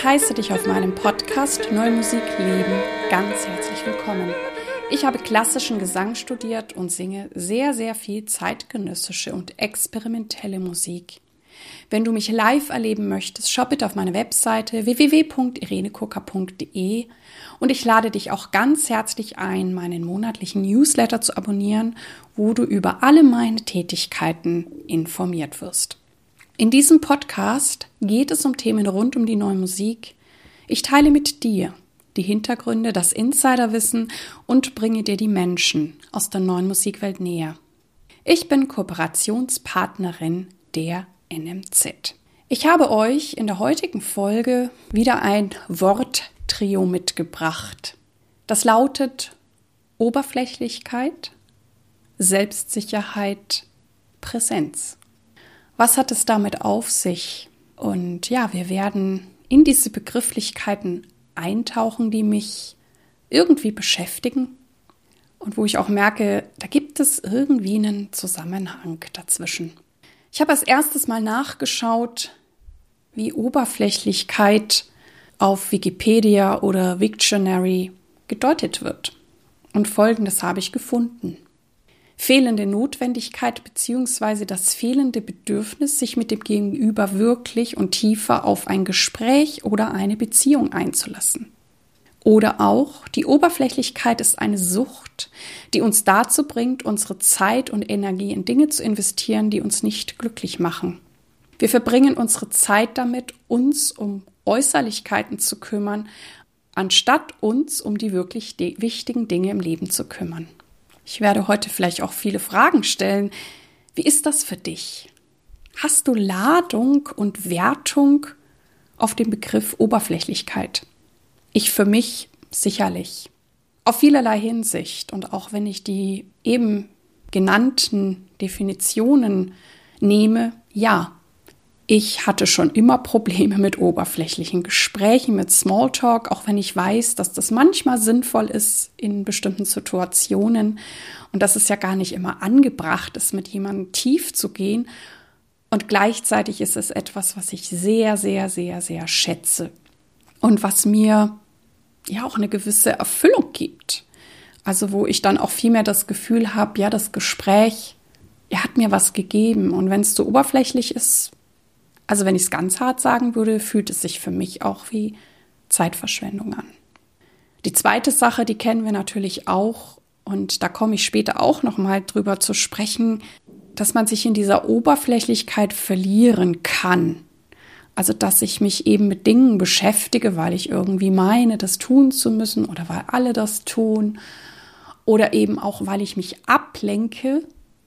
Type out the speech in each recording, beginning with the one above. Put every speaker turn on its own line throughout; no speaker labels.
heiße dich auf meinem Podcast Neue Musik Leben ganz herzlich willkommen. Ich habe klassischen Gesang studiert und singe sehr, sehr viel zeitgenössische und experimentelle Musik. Wenn du mich live erleben möchtest, schau bitte auf meine Webseite www.irenekoker.de und ich lade dich auch ganz herzlich ein, meinen monatlichen Newsletter zu abonnieren, wo du über alle meine Tätigkeiten informiert wirst. In diesem Podcast geht es um Themen rund um die neue Musik. Ich teile mit dir die Hintergründe, das Insiderwissen und bringe dir die Menschen aus der neuen Musikwelt näher. Ich bin Kooperationspartnerin der NMZ. Ich habe euch in der heutigen Folge wieder ein Worttrio mitgebracht. Das lautet Oberflächlichkeit, Selbstsicherheit, Präsenz. Was hat es damit auf sich? Und ja, wir werden in diese Begrifflichkeiten eintauchen, die mich irgendwie beschäftigen und wo ich auch merke, da gibt es irgendwie einen Zusammenhang dazwischen. Ich habe als erstes mal nachgeschaut, wie Oberflächlichkeit auf Wikipedia oder Wiktionary gedeutet wird. Und Folgendes habe ich gefunden. Fehlende Notwendigkeit bzw. das fehlende Bedürfnis, sich mit dem Gegenüber wirklich und tiefer auf ein Gespräch oder eine Beziehung einzulassen. Oder auch, die Oberflächlichkeit ist eine Sucht, die uns dazu bringt, unsere Zeit und Energie in Dinge zu investieren, die uns nicht glücklich machen. Wir verbringen unsere Zeit damit, uns um Äußerlichkeiten zu kümmern, anstatt uns um die wirklich wichtigen Dinge im Leben zu kümmern. Ich werde heute vielleicht auch viele Fragen stellen. Wie ist das für dich? Hast du Ladung und Wertung auf den Begriff Oberflächlichkeit? Ich für mich sicherlich. Auf vielerlei Hinsicht. Und auch wenn ich die eben genannten Definitionen nehme, ja, ich hatte schon immer Probleme mit oberflächlichen Gesprächen, mit Smalltalk, auch wenn ich weiß, dass das manchmal sinnvoll ist in bestimmten Situationen und dass es ja gar nicht immer angebracht ist, mit jemandem tief zu gehen. Und gleichzeitig ist es etwas, was ich sehr, sehr, sehr, sehr schätze und was mir ja auch eine gewisse Erfüllung gibt. Also wo ich dann auch viel mehr das Gefühl habe, ja, das Gespräch, hat mir was gegeben. Und wenn es so oberflächlich ist, also wenn ich es ganz hart sagen würde, fühlt es sich für mich auch wie Zeitverschwendung an. Die zweite Sache, die kennen wir natürlich auch und da komme ich später auch noch mal drüber zu sprechen, dass man sich in dieser Oberflächlichkeit verlieren kann. Also dass ich mich eben mit Dingen beschäftige, weil ich irgendwie meine, das tun zu müssen oder weil alle das tun oder eben auch, weil ich mich ablenke,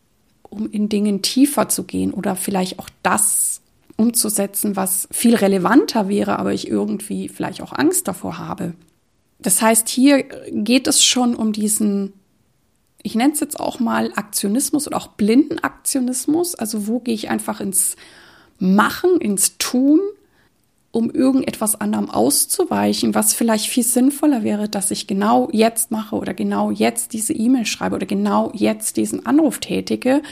um in Dingen tiefer zu gehen oder vielleicht auch das umzusetzen, was viel relevanter wäre, aber ich irgendwie vielleicht auch Angst davor habe. Das heißt, hier geht es schon um diesen, ich nenne es jetzt auch mal Aktionismus oder auch blinden Aktionismus. Also wo gehe ich einfach ins Machen, ins Tun, um irgendetwas anderem auszuweichen, was vielleicht viel sinnvoller wäre, dass ich genau jetzt mache oder genau jetzt diese E-Mail schreibe oder genau jetzt diesen Anruf tätige,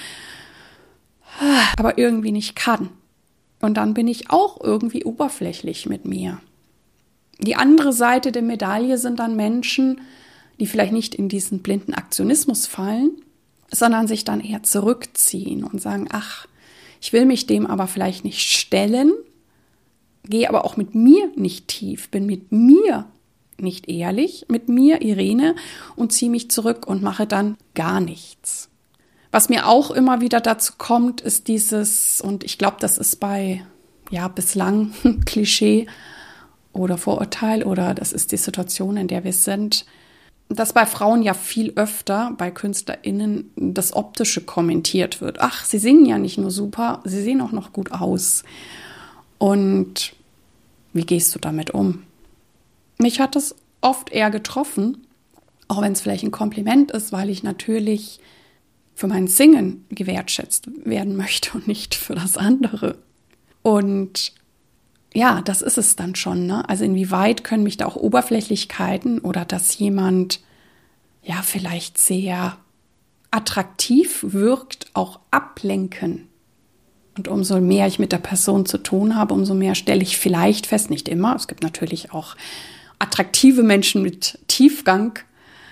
aber irgendwie nicht kann. Und dann bin ich auch irgendwie oberflächlich mit mir. Die andere Seite der Medaille sind dann Menschen, die vielleicht nicht in diesen blinden Aktionismus fallen, sondern sich dann eher zurückziehen und sagen, ach, ich will mich dem aber vielleicht nicht stellen, gehe aber auch mit mir nicht tief, bin mit mir nicht ehrlich, mit mir, Irene, und ziehe mich zurück und mache dann gar nichts. Was mir auch immer wieder dazu kommt, ist dieses, und ich glaube, das ist bei, bislang Klischee oder Vorurteil oder das ist die Situation, in der wir sind, dass bei Frauen ja viel öfter, bei KünstlerInnen, das Optische kommentiert wird. Ach, sie singen ja nicht nur super, sie sehen auch noch gut aus. Und wie gehst du damit um? Mich hat es oft eher getroffen, auch wenn es vielleicht ein Kompliment ist, weil ich natürlich für mein Singen gewertschätzt werden möchte und nicht für das andere. Und ja, das ist es dann schon, ne? Also inwieweit können mich da auch Oberflächlichkeiten oder dass jemand ja vielleicht sehr attraktiv wirkt, auch ablenken. Und umso mehr ich mit der Person zu tun habe, umso mehr stelle ich vielleicht fest, nicht immer, es gibt natürlich auch attraktive Menschen mit Tiefgang,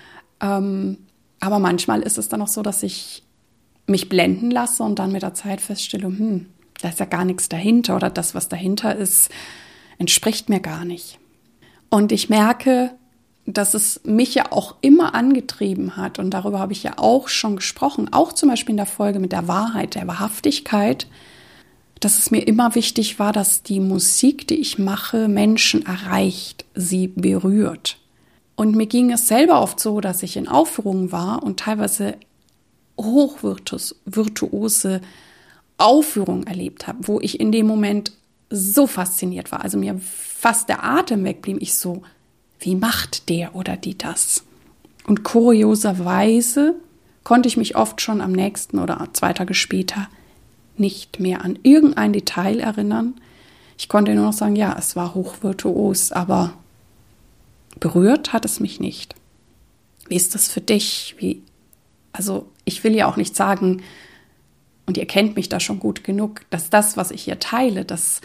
aber manchmal ist es dann auch so, dass ich mich blenden lasse und dann mit der Zeit feststelle, da ist ja gar nichts dahinter oder das, was dahinter ist, entspricht mir gar nicht. Und ich merke, dass es mich ja auch immer angetrieben hat und darüber habe ich ja auch schon gesprochen, auch zum Beispiel in der Folge mit der Wahrheit, der Wahrhaftigkeit, dass es mir immer wichtig war, dass die Musik, die ich mache, Menschen erreicht, sie berührt. Und mir ging es selber oft so, dass ich in Aufführungen war und teilweise hochvirtuose Aufführungen erlebt habe, wo ich in dem Moment so fasziniert war, also mir fast der Atem wegblieb, ich so, wie macht der oder die das? Und kurioserweise konnte ich mich oft schon am nächsten oder 2 Tage später nicht mehr an irgendein Detail erinnern. Ich konnte nur noch sagen, ja, es war hochvirtuos, aber berührt hat es mich nicht. Wie ist das für dich? Also ich will ja auch nicht sagen, und ihr kennt mich da schon gut genug, dass das, was ich hier teile, das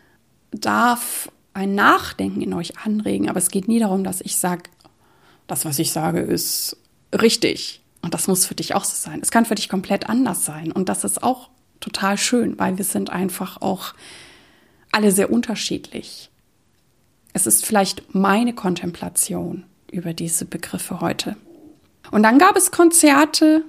darf ein Nachdenken in euch anregen. Aber es geht nie darum, dass ich sage, das, was ich sage, ist richtig. Und das muss für dich auch so sein. Es kann für dich komplett anders sein. Und das ist auch total schön, weil wir sind einfach auch alle sehr unterschiedlich. Es ist vielleicht meine Kontemplation über diese Begriffe heute. Und dann gab es Konzerte,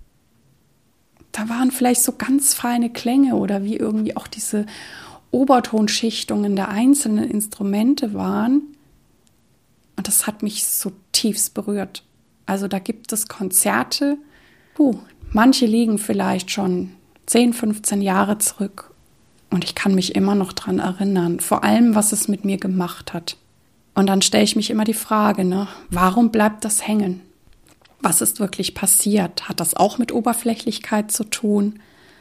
da waren vielleicht so ganz feine Klänge oder wie irgendwie auch diese Obertonschichtungen der einzelnen Instrumente waren. Und das hat mich so tiefst berührt. Also da gibt es Konzerte, manche liegen vielleicht schon 10, 15 Jahre zurück. Und ich kann mich immer noch dran erinnern, vor allem, was es mit mir gemacht hat. Und dann stelle ich mich immer die Frage, warum bleibt das hängen? Was ist wirklich passiert? Hat das auch mit Oberflächlichkeit zu tun?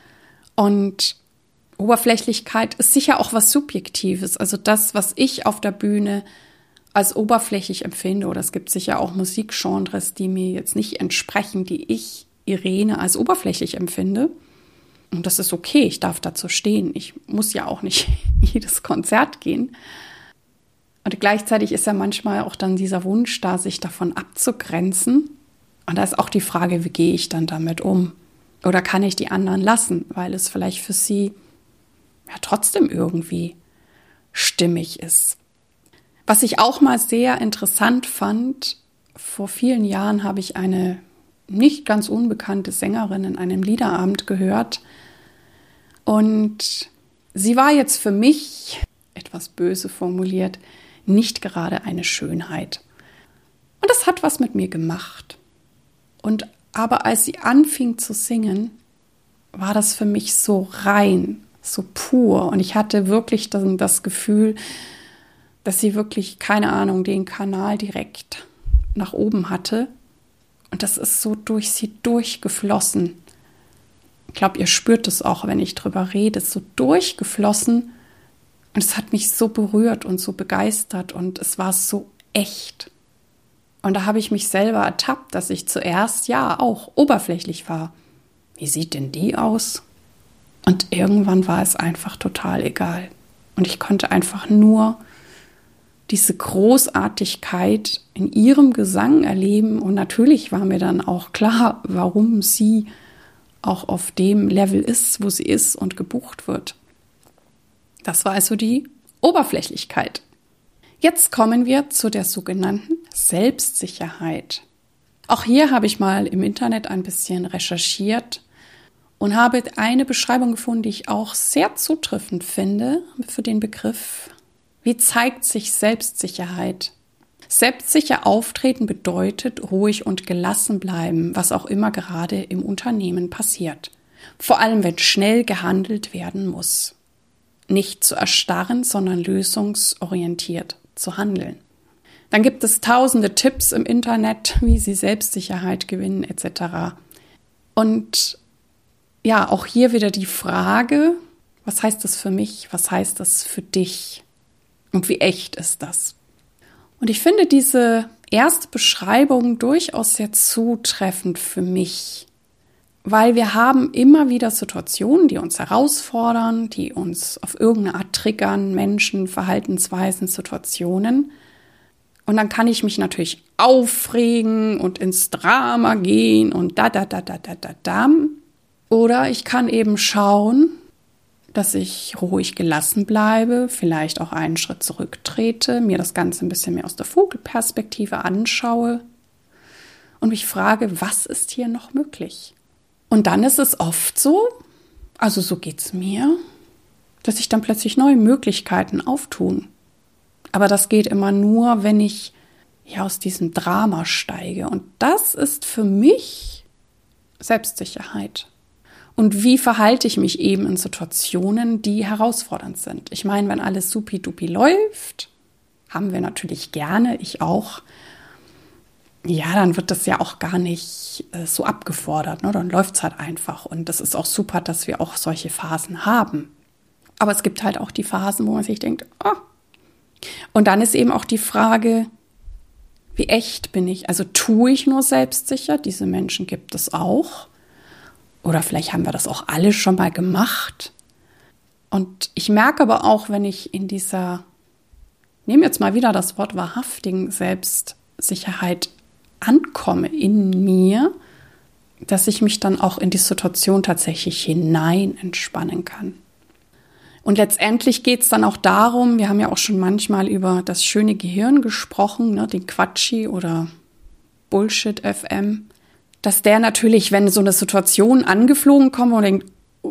Und Oberflächlichkeit ist sicher auch was Subjektives. Also das, was ich auf der Bühne als oberflächlich empfinde, oder es gibt sicher auch Musikgenres, die mir jetzt nicht entsprechen, die ich, Irene, als oberflächlich empfinde. Und das ist okay, ich darf dazu stehen. Ich muss ja auch nicht jedes Konzert gehen. Und gleichzeitig ist ja manchmal auch dann dieser Wunsch da, sich davon abzugrenzen. Und da ist auch die Frage, wie gehe ich dann damit um? Oder kann ich die anderen lassen, weil es vielleicht für sie ja trotzdem irgendwie stimmig ist. Was ich auch mal sehr interessant fand, vor vielen Jahren habe ich eine nicht ganz unbekannte Sängerin in einem Liederabend gehört. Und sie war jetzt für mich, etwas böse formuliert, nicht gerade eine Schönheit. Und das hat was mit mir gemacht. Aber als sie anfing zu singen, war das für mich so rein, so pur. Und ich hatte wirklich das Gefühl, dass sie wirklich, keine Ahnung, den Kanal direkt nach oben hatte. Und das ist so durch sie durchgeflossen. Ich glaube, ihr spürt es auch, wenn ich drüber rede, so durchgeflossen. Und es hat mich so berührt und so begeistert und es war so echt. Und da habe ich mich selber ertappt, dass ich zuerst ja auch oberflächlich war. Wie sieht denn die aus? Und irgendwann war es einfach total egal. Und ich konnte einfach nur diese Großartigkeit in ihrem Gesang erleben. Und natürlich war mir dann auch klar, warum sie auch auf dem Level ist, wo sie ist und gebucht wird. Das war also die Oberflächlichkeit. Jetzt kommen wir zu der sogenannten Selbstsicherheit. Auch hier habe ich mal im Internet ein bisschen recherchiert und habe eine Beschreibung gefunden, die ich auch sehr zutreffend finde für den Begriff. Wie zeigt sich Selbstsicherheit? Selbstsicher auftreten bedeutet ruhig und gelassen bleiben, was auch immer gerade im Unternehmen passiert. Vor allem, wenn schnell gehandelt werden muss. Nicht zu erstarren, sondern lösungsorientiert zu handeln. Dann gibt es tausende Tipps im Internet, wie Sie Selbstsicherheit gewinnen etc. Und ja, auch hier wieder die Frage, was heißt das für mich, was heißt das für dich und wie echt ist das? Und ich finde diese erste Beschreibung durchaus sehr zutreffend für mich, weil wir haben immer wieder Situationen, die uns herausfordern, die uns auf irgendeine Art triggern, Menschen, Verhaltensweisen, Situationen. Und dann kann ich mich natürlich aufregen und ins Drama gehen und da. Oder ich kann eben schauen, dass ich ruhig gelassen bleibe, vielleicht auch einen Schritt zurücktrete, mir das Ganze ein bisschen mehr aus der Vogelperspektive anschaue und mich frage, was ist hier noch möglich? Und dann ist es oft so, also so geht's mir, dass sich dann plötzlich neue Möglichkeiten auftun. Aber das geht immer nur, wenn ich aus diesem Drama steige. Und das ist für mich Selbstsicherheit. Und wie verhalte ich mich eben in Situationen, die herausfordernd sind? Ich meine, wenn alles supi-dupi läuft, haben wir natürlich gerne, ich auch, ja, dann wird das ja auch gar nicht so abgefordert, ne? Dann läuft es halt einfach. Und das ist auch super, dass wir auch solche Phasen haben. Aber es gibt halt auch die Phasen, wo man sich denkt, oh. Und dann ist eben auch die Frage, wie echt bin ich? Also tue ich nur selbstsicher? Diese Menschen gibt es auch. Oder vielleicht haben wir das auch alle schon mal gemacht. Und ich merke aber auch, wenn ich in dieser, nehmen jetzt mal wieder das Wort wahrhaftigen Selbstsicherheit ankomme in mir, dass ich mich dann auch in die Situation tatsächlich hinein entspannen kann. Und letztendlich geht es dann auch darum, wir haben ja auch schon manchmal über das schöne Gehirn gesprochen, ne, den Quatschi oder Bullshit-FM, dass der natürlich, wenn so eine Situation angeflogen kommt und denkt,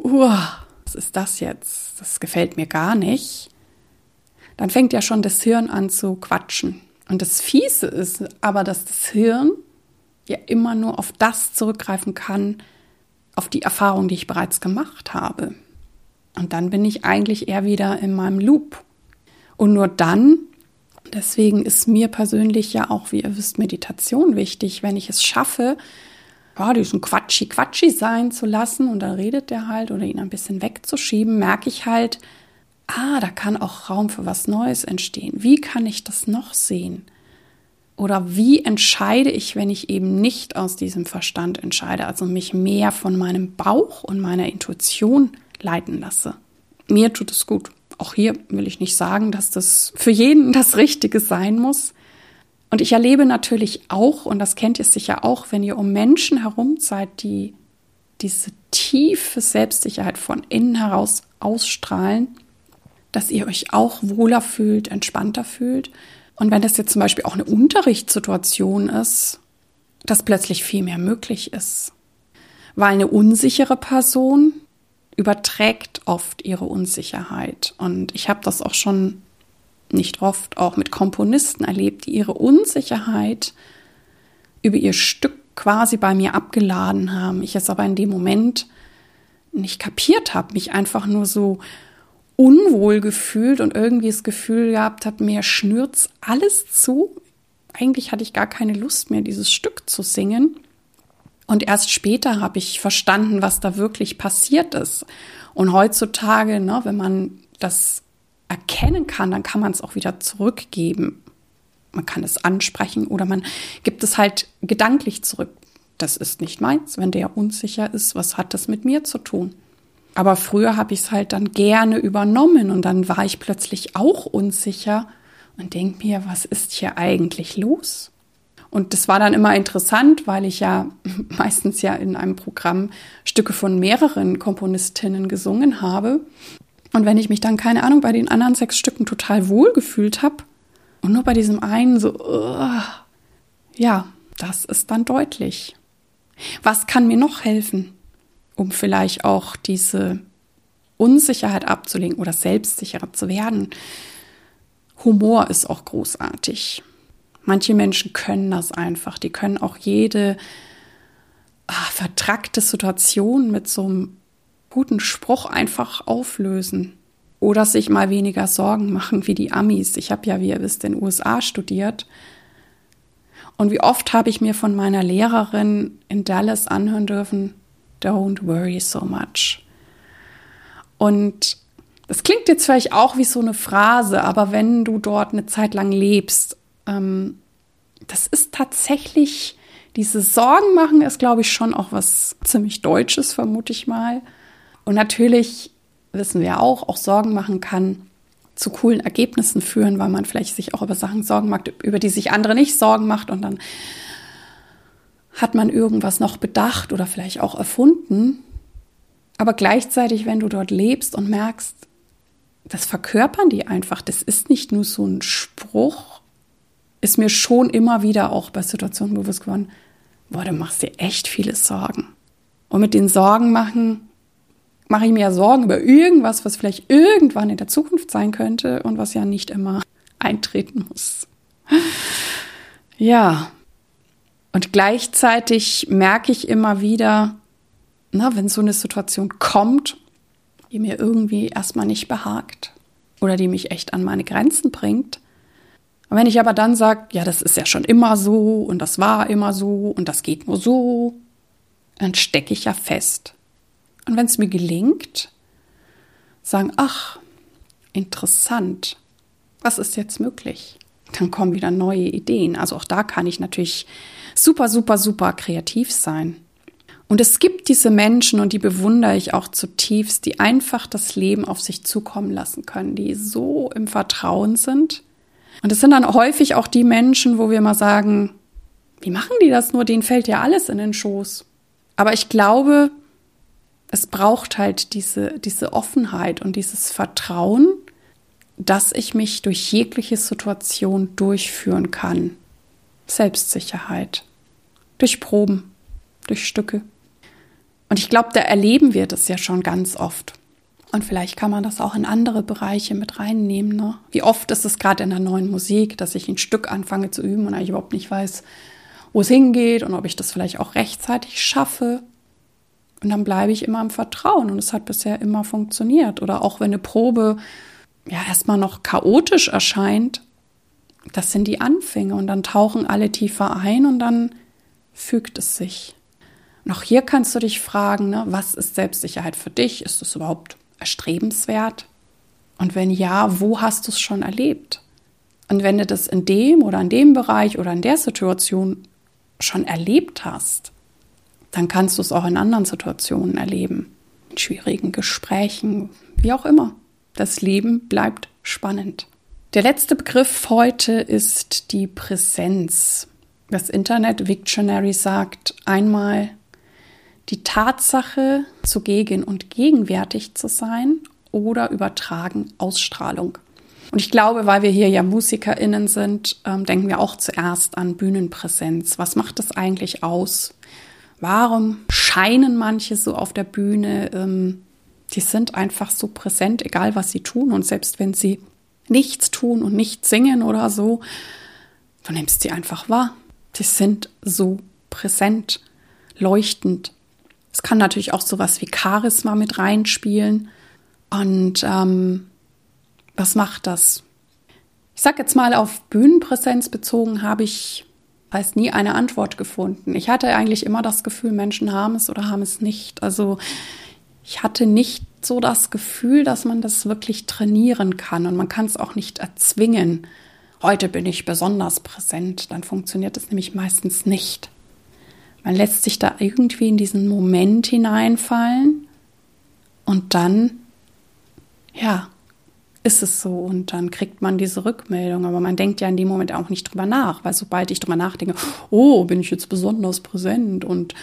was ist das jetzt? Das gefällt mir gar nicht. Dann fängt ja schon das Hirn an zu quatschen. Und das Fiese ist aber, dass das Hirn ja immer nur auf das zurückgreifen kann, auf die Erfahrung, die ich bereits gemacht habe. Und dann bin ich eigentlich eher wieder in meinem Loop. Und nur dann, deswegen ist mir persönlich ja auch, wie ihr wisst, Meditation wichtig, wenn ich es schaffe, diesen Quatschi sein zu lassen und da redet der halt oder ihn ein bisschen wegzuschieben, merke ich halt, da kann auch Raum für was Neues entstehen. Wie kann ich das noch sehen? Oder wie entscheide ich, wenn ich eben nicht aus diesem Verstand entscheide, also mich mehr von meinem Bauch und meiner Intuition leiten lasse? Mir tut es gut. Auch hier will ich nicht sagen, dass das für jeden das Richtige sein muss. Und ich erlebe natürlich auch, und das kennt ihr sicher auch, wenn ihr um Menschen herum seid, die diese tiefe Selbstsicherheit von innen heraus ausstrahlen, dass ihr euch auch wohler fühlt, entspannter fühlt. Und wenn das jetzt zum Beispiel auch eine Unterrichtssituation ist, dass plötzlich viel mehr möglich ist. Weil eine unsichere Person überträgt oft ihre Unsicherheit. Und ich habe das auch schon nicht oft auch mit Komponisten erlebt, die ihre Unsicherheit über ihr Stück quasi bei mir abgeladen haben. Ich es aber in dem Moment nicht kapiert habe, mich einfach nur so unwohl gefühlt und irgendwie das Gefühl gehabt habe, mir schnürt's alles zu. Eigentlich hatte ich gar keine Lust mehr, dieses Stück zu singen. Und erst später habe ich verstanden, was da wirklich passiert ist. Und heutzutage, wenn man das erkennen kann, dann kann man es auch wieder zurückgeben. Man kann es ansprechen oder man gibt es halt gedanklich zurück. Das ist nicht meins. Wenn der unsicher ist, was hat das mit mir zu tun? Aber früher habe ich es halt dann gerne übernommen und dann war ich plötzlich auch unsicher und denke mir, was ist hier eigentlich los? Und das war dann immer interessant, weil ich ja meistens ja in einem Programm Stücke von mehreren Komponistinnen gesungen habe. Und wenn ich mich dann, keine Ahnung, bei den anderen 6 Stücken total wohl gefühlt habe und nur bei diesem einen so, das ist dann deutlich. Was kann mir noch helfen, um vielleicht auch diese Unsicherheit abzulegen oder selbstsicherer zu werden? Humor ist auch großartig. Manche Menschen können das einfach. Die können auch jede vertrackte Situation mit so einem guten Spruch einfach auflösen. Oder sich mal weniger Sorgen machen wie die Amis. Ich habe ja, wie ihr wisst, in den USA studiert. Und wie oft habe ich mir von meiner Lehrerin in Dallas anhören dürfen, don't worry so much. Und das klingt jetzt vielleicht auch wie so eine Phrase, aber wenn du dort eine Zeit lang lebst, das ist tatsächlich Diese Sorgen machen ist, glaube ich, schon auch was ziemlich Deutsches, vermute ich mal. Und natürlich wissen wir auch Sorgen machen kann zu coolen Ergebnissen führen, weil man vielleicht sich auch über Sachen Sorgen macht, über die sich andere nicht Sorgen macht. Und dann hat man irgendwas noch bedacht oder vielleicht auch erfunden. Aber gleichzeitig, wenn du dort lebst und merkst, das verkörpern die einfach, das ist nicht nur so ein Spruch, ist mir schon immer wieder auch bei Situationen bewusst geworden, boah, du machst dir echt viele Sorgen. Und mit den Sorgen mache ich mir ja Sorgen über irgendwas, was vielleicht irgendwann in der Zukunft sein könnte und was ja nicht immer eintreten muss. Ja, und gleichzeitig merke ich immer wieder, wenn so eine Situation kommt, die mir irgendwie erstmal nicht behagt oder die mich echt an meine Grenzen bringt. Und wenn ich aber dann sage, ja, das ist ja schon immer so und das war immer so und das geht nur so, dann stecke ich ja fest. Und wenn es mir gelingt, sagen, ach, interessant, was ist jetzt möglich? Dann kommen wieder neue Ideen. Also auch da kann ich natürlich super, super, super kreativ sein. Und es gibt diese Menschen, und die bewundere ich auch zutiefst, die einfach das Leben auf sich zukommen lassen können, die so im Vertrauen sind. Und es sind dann häufig auch die Menschen, wo wir mal sagen, wie machen die das nur? Denen fällt ja alles in den Schoß. Aber ich glaube, es braucht halt diese Offenheit und dieses Vertrauen, dass ich mich durch jegliche Situation durchführen kann. Selbstsicherheit. Durch Proben, durch Stücke. Und ich glaube, da erleben wir das ja schon ganz oft. Und vielleicht kann man das auch in andere Bereiche mit reinnehmen. Ne? Wie oft ist es gerade in der neuen Musik, dass ich ein Stück anfange zu üben und eigentlich überhaupt nicht weiß, wo es hingeht und ob ich das vielleicht auch rechtzeitig schaffe. Und dann bleibe ich immer im Vertrauen und es hat bisher immer funktioniert. Oder auch wenn eine Probe ja erstmal noch chaotisch erscheint, das sind die Anfänge und dann tauchen alle tiefer ein und dann fügt es sich. Und auch hier kannst du dich fragen, ne, was ist Selbstsicherheit für dich? Ist es überhaupt erstrebenswert? Und wenn ja, wo hast du es schon erlebt? Und wenn du das in dem oder in dem Bereich oder in der Situation schon erlebt hast, dann kannst du es auch in anderen Situationen erleben. In schwierigen Gesprächen, wie auch immer. Das Leben bleibt spannend. Der letzte Begriff heute ist die Präsenz. Das Internet Wiktionary sagt einmal, die Tatsache, zugegen und gegenwärtig zu sein oder übertragen Ausstrahlung. Und ich glaube, weil wir hier ja MusikerInnen sind, denken wir auch zuerst an Bühnenpräsenz. Was macht das eigentlich aus? Warum scheinen manche so auf der Bühne? Die sind einfach so präsent, egal was sie tun. Und selbst wenn sie nichts tun und nicht singen oder so, du nimmst sie einfach wahr. Die sind so präsent, leuchtend. Es kann natürlich auch sowas wie Charisma mit reinspielen. Und was macht das? Ich sage jetzt mal, auf Bühnenpräsenz bezogen habe ich nie eine Antwort gefunden. Ich hatte eigentlich immer das Gefühl, Menschen haben es oder haben es nicht. Also ich hatte nicht so das Gefühl, dass man das wirklich trainieren kann und man kann es auch nicht erzwingen. Heute bin ich besonders präsent, dann funktioniert es nämlich meistens nicht. Man lässt sich da irgendwie in diesen Moment hineinfallen und dann, ja, ist es so und dann kriegt man diese Rückmeldung. Aber man denkt ja in dem Moment auch nicht drüber nach, weil sobald ich drüber nachdenke, oh, bin ich jetzt besonders präsent und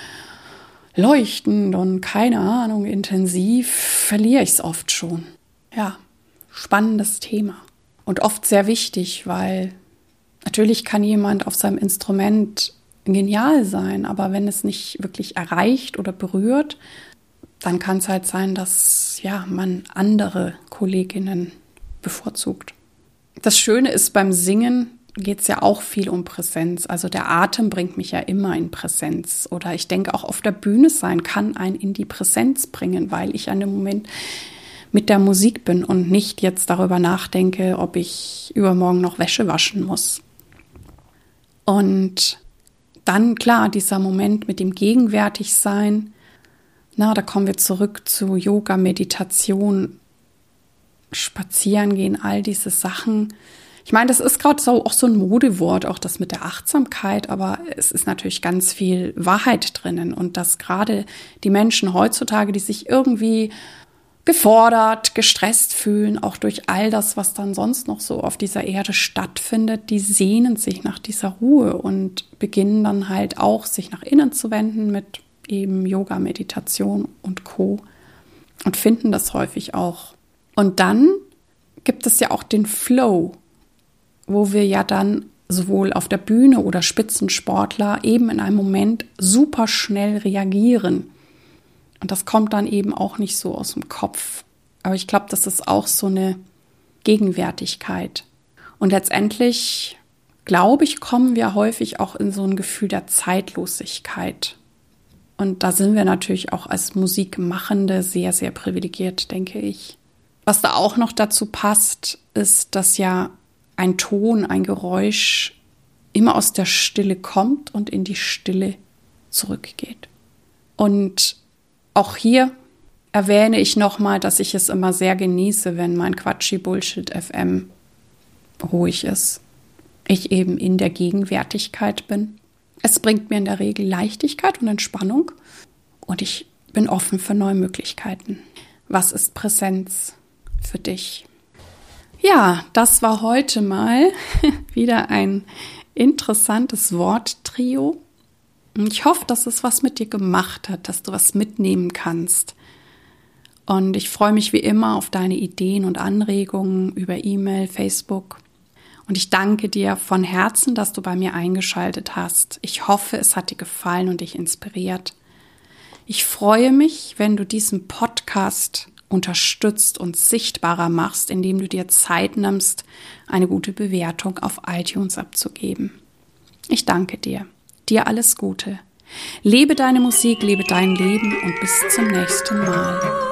leuchtend und keine Ahnung, intensiv, verliere ich es oft schon. Ja, spannendes Thema und oft sehr wichtig, weil natürlich kann jemand auf seinem Instrument genial sein, aber wenn es nicht wirklich erreicht oder berührt, dann kann es halt sein, dass man andere Kolleginnen bevorzugt. Das Schöne ist, beim Singen geht es ja auch viel um Präsenz. Also der Atem bringt mich ja immer in Präsenz. Oder ich denke, auch auf der Bühne sein kann einen in die Präsenz bringen, weil ich an dem Moment mit der Musik bin und nicht jetzt darüber nachdenke, ob ich übermorgen noch Wäsche waschen muss. Und dann, klar, dieser Moment mit dem Gegenwärtigsein, da kommen wir zurück zu Yoga, Meditation, Spazieren gehen, all diese Sachen, Ich meine, das ist gerade so auch so ein Modewort, auch das mit der Achtsamkeit, aber es ist natürlich ganz viel Wahrheit drinnen und dass gerade die Menschen heutzutage, die sich irgendwie gefordert, gestresst fühlen, auch durch all das, was dann sonst noch so auf dieser Erde stattfindet, die sehnen sich nach dieser Ruhe und beginnen dann halt auch, sich nach innen zu wenden mit eben Yoga, Meditation und Co. und finden das häufig auch. Und dann gibt es ja auch den Flow, wo wir ja dann sowohl auf der Bühne oder Spitzensportler eben in einem Moment super schnell reagieren. Und das kommt dann eben auch nicht so aus dem Kopf. Aber ich glaube, das ist auch so eine Gegenwärtigkeit. Und letztendlich, glaube ich, kommen wir häufig auch in so ein Gefühl der Zeitlosigkeit. Und da sind wir natürlich auch als Musikmachende sehr, sehr privilegiert, denke ich. Was da auch noch dazu passt, ist, dass ja ein Ton, ein Geräusch immer aus der Stille kommt und in die Stille zurückgeht. Und auch hier erwähne ich nochmal, dass ich es immer sehr genieße, wenn mein Quatschi Bullshit FM ruhig ist. Ich eben in der Gegenwärtigkeit bin. Es bringt mir in der Regel Leichtigkeit und Entspannung und ich bin offen für neue Möglichkeiten. Was ist Präsenz für dich? Ja, das war heute mal wieder ein interessantes Worttrio. Ich hoffe, dass es was mit dir gemacht hat, dass du was mitnehmen kannst. Und ich freue mich wie immer auf deine Ideen und Anregungen über E-Mail, Facebook. Und ich danke dir von Herzen, dass du bei mir eingeschaltet hast. Ich hoffe, es hat dir gefallen und dich inspiriert. Ich freue mich, wenn du diesen Podcast unterstützt und sichtbarer machst, indem du dir Zeit nimmst, eine gute Bewertung auf iTunes abzugeben. Ich danke dir. Dir alles Gute. Lebe deine Musik, lebe dein Leben und bis zum nächsten Mal.